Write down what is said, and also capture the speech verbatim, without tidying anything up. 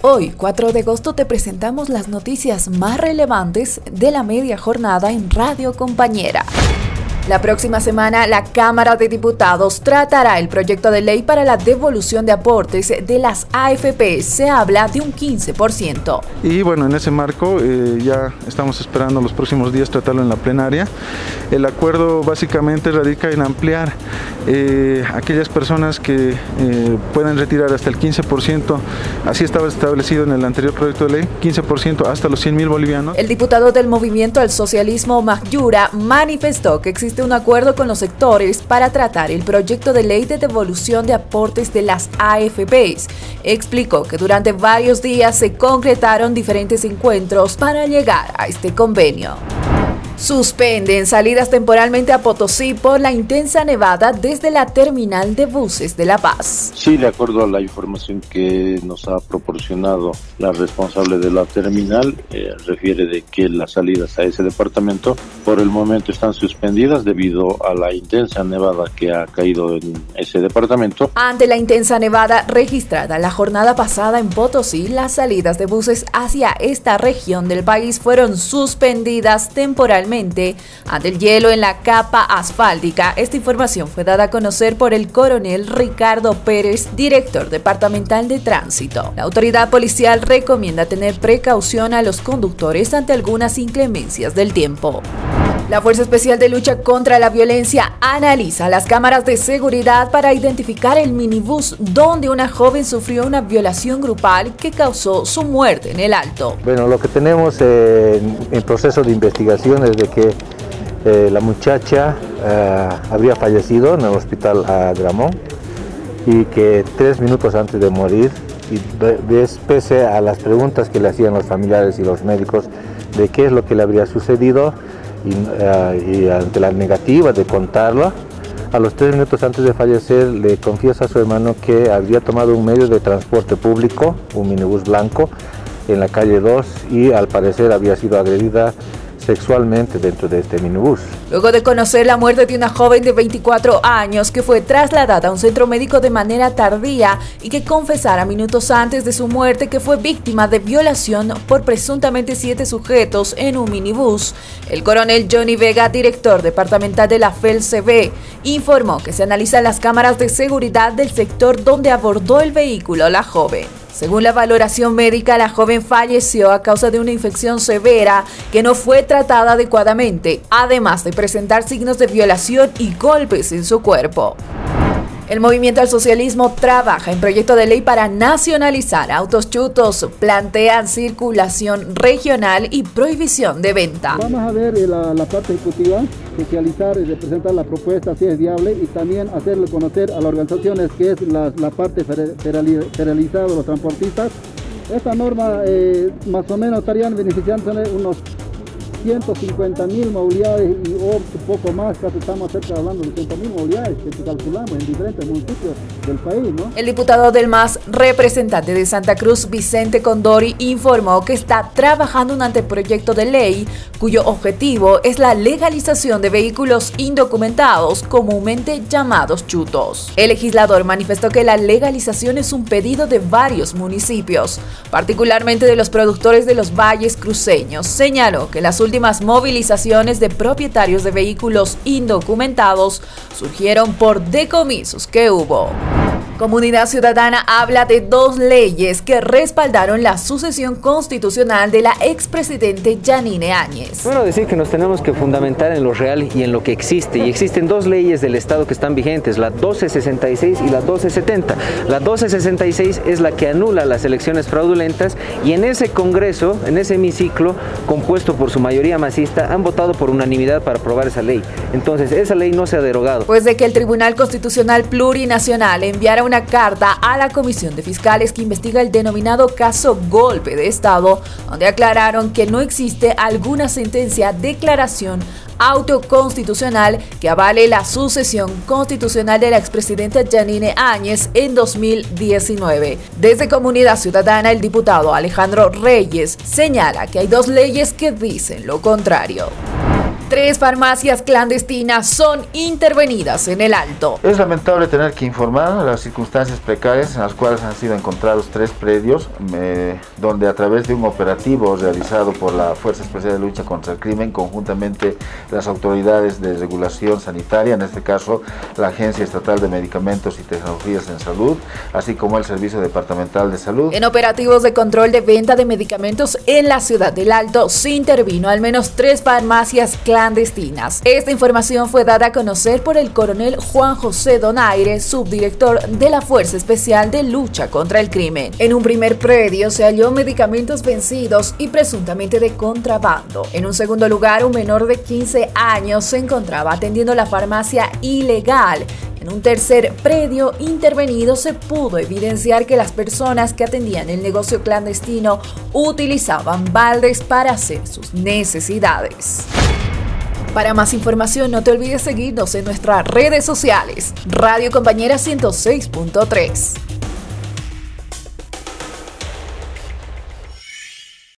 Hoy, cuatro de agosto, te presentamos las noticias más relevantes de la media jornada en Radio Compañera. La próxima semana, la Cámara de Diputados tratará el proyecto de ley para la devolución de aportes de las A F P. Se habla de un quince por ciento. Y bueno, en ese marco eh, ya estamos esperando los próximos días tratarlo en la plenaria. El acuerdo básicamente radica en ampliar eh, aquellas personas que eh, pueden retirar hasta el quince por ciento, así estaba establecido en el anterior proyecto de ley, quince por ciento hasta los cien mil bolivianos. El diputado del Movimiento al Socialismo, Magyura, manifestó que existe un acuerdo con los sectores para tratar el proyecto de ley de devolución de aportes de las A F Pes. Explicó que durante varios días se concretaron diferentes encuentros para llegar a este convenio. Suspenden salidas temporalmente a Potosí por la intensa nevada desde la terminal de buses de La Paz. Sí, de acuerdo a la información que nos ha proporcionado la responsable de la terminal, eh, refiere de que las salidas a ese departamento por el momento están suspendidas debido a la intensa nevada que ha caído en ese departamento. Ante la intensa nevada registrada la jornada pasada en Potosí, las salidas de buses hacia esta región del país fueron suspendidas temporalmente ante el hielo en la capa asfáltica. Esta información fue dada a conocer por el coronel Ricardo Pérez, director departamental de tránsito. La autoridad policial recomienda tener precaución a los conductores ante algunas inclemencias del tiempo. La Fuerza Especial de Lucha contra la Violencia analiza las cámaras de seguridad para identificar el minibús donde una joven sufrió una violación grupal que causó su muerte en el Alto. Bueno, lo que tenemos eh, en proceso de investigación es de que eh, la muchacha eh, habría fallecido en el hospital Agramón y que tres minutos antes de morir, y pese a las preguntas que le hacían los familiares y los médicos de qué es lo que le habría sucedido, Y, uh, y ante la negativa de contarlo, a los tres minutos antes de fallecer le confiesa a su hermano que había tomado un medio de transporte público, un minibús blanco, en la calle dos, y al parecer había sido agredida sexualmente dentro de este minibús. Luego de conocer la muerte de una joven de veinticuatro años que fue trasladada a un centro médico de manera tardía y que confesara minutos antes de su muerte que fue víctima de violación por presuntamente siete sujetos en un minibús, el coronel Johnny Vega, director departamental de la F E L C B, informó que se analizan las cámaras de seguridad del sector donde abordó el vehículo la joven. Según la valoración médica, la joven falleció a causa de una infección severa que no fue tratada adecuadamente, además de presentar signos de violación y golpes en su cuerpo. El Movimiento al Socialismo trabaja en proyecto de ley para nacionalizar autos chutos, plantean circulación regional y prohibición de venta. Vamos a ver la, la parte ejecutiva, socializar y representar la propuesta si es viable y también hacerle conocer a las organizaciones que es la, la parte federalizada de los transportistas. Esta norma eh, más o menos estarían beneficiándose unos ciento cincuenta mil movilidades y o un poco más, casi estamos cerca hablando de ciento mil movilidades que calculamos en diferentes municipios del país, ¿no? El diputado del M A S, representante de Santa Cruz, Vicente Condori, informó que está trabajando un anteproyecto de ley cuyo objetivo es la legalización de vehículos indocumentados, comúnmente llamados chutos. El legislador manifestó que la legalización es un pedido de varios municipios, particularmente de los productores de los valles cruceños. Señaló que las últimas últimas movilizaciones de propietarios de vehículos indocumentados surgieron por decomisos que hubo. Comunidad Ciudadana habla de dos leyes que respaldaron la sucesión constitucional de la expresidente Yanine Áñez. Bueno, decir que nos tenemos que fundamentar en lo real y en lo que existe. Y existen dos leyes del Estado que están vigentes, la doce sesenta y seis y la doce setenta. La doce sesenta y seis es la que anula las elecciones fraudulentas y en ese Congreso, en ese hemiciclo, compuesto por su mayoría masista, han votado por unanimidad para aprobar esa ley. Entonces, esa ley no se ha derogado. Pues de que el Tribunal Constitucional Plurinacional enviara una carta a la Comisión de Fiscales que investiga el denominado caso Golpe de Estado, donde aclararon que no existe alguna sentencia, declaración autoconstitucional que avale la sucesión constitucional de la expresidenta Yanine Áñez en dos mil diecinueve. Desde Comunidad Ciudadana, el diputado Alejandro Reyes señala que hay dos leyes que dicen lo contrario. Tres farmacias clandestinas son intervenidas en el Alto. Es lamentable tener que informar las circunstancias precarias en las cuales han sido encontrados tres predios, eh, donde a través de un operativo realizado por la Fuerza Especial de Lucha contra el Crimen, conjuntamente las autoridades de regulación sanitaria, en este caso la Agencia Estatal de Medicamentos y Tecnologías en Salud, así como el Servicio Departamental de Salud. En operativos de control de venta de medicamentos en la ciudad del Alto se intervino al menos tres farmacias clandestinas. clandestinas. Esta información fue dada a conocer por el coronel Juan José Donaire, subdirector de la Fuerza Especial de Lucha contra el Crimen. En un primer predio se halló medicamentos vencidos y presuntamente de contrabando. En un segundo lugar, un menor de quince años se encontraba atendiendo la farmacia ilegal. En un tercer predio intervenido se pudo evidenciar que las personas que atendían el negocio clandestino utilizaban baldes para hacer sus necesidades. Para más información no te olvides seguirnos en nuestras redes sociales. Radio Compañera ciento seis punto tres.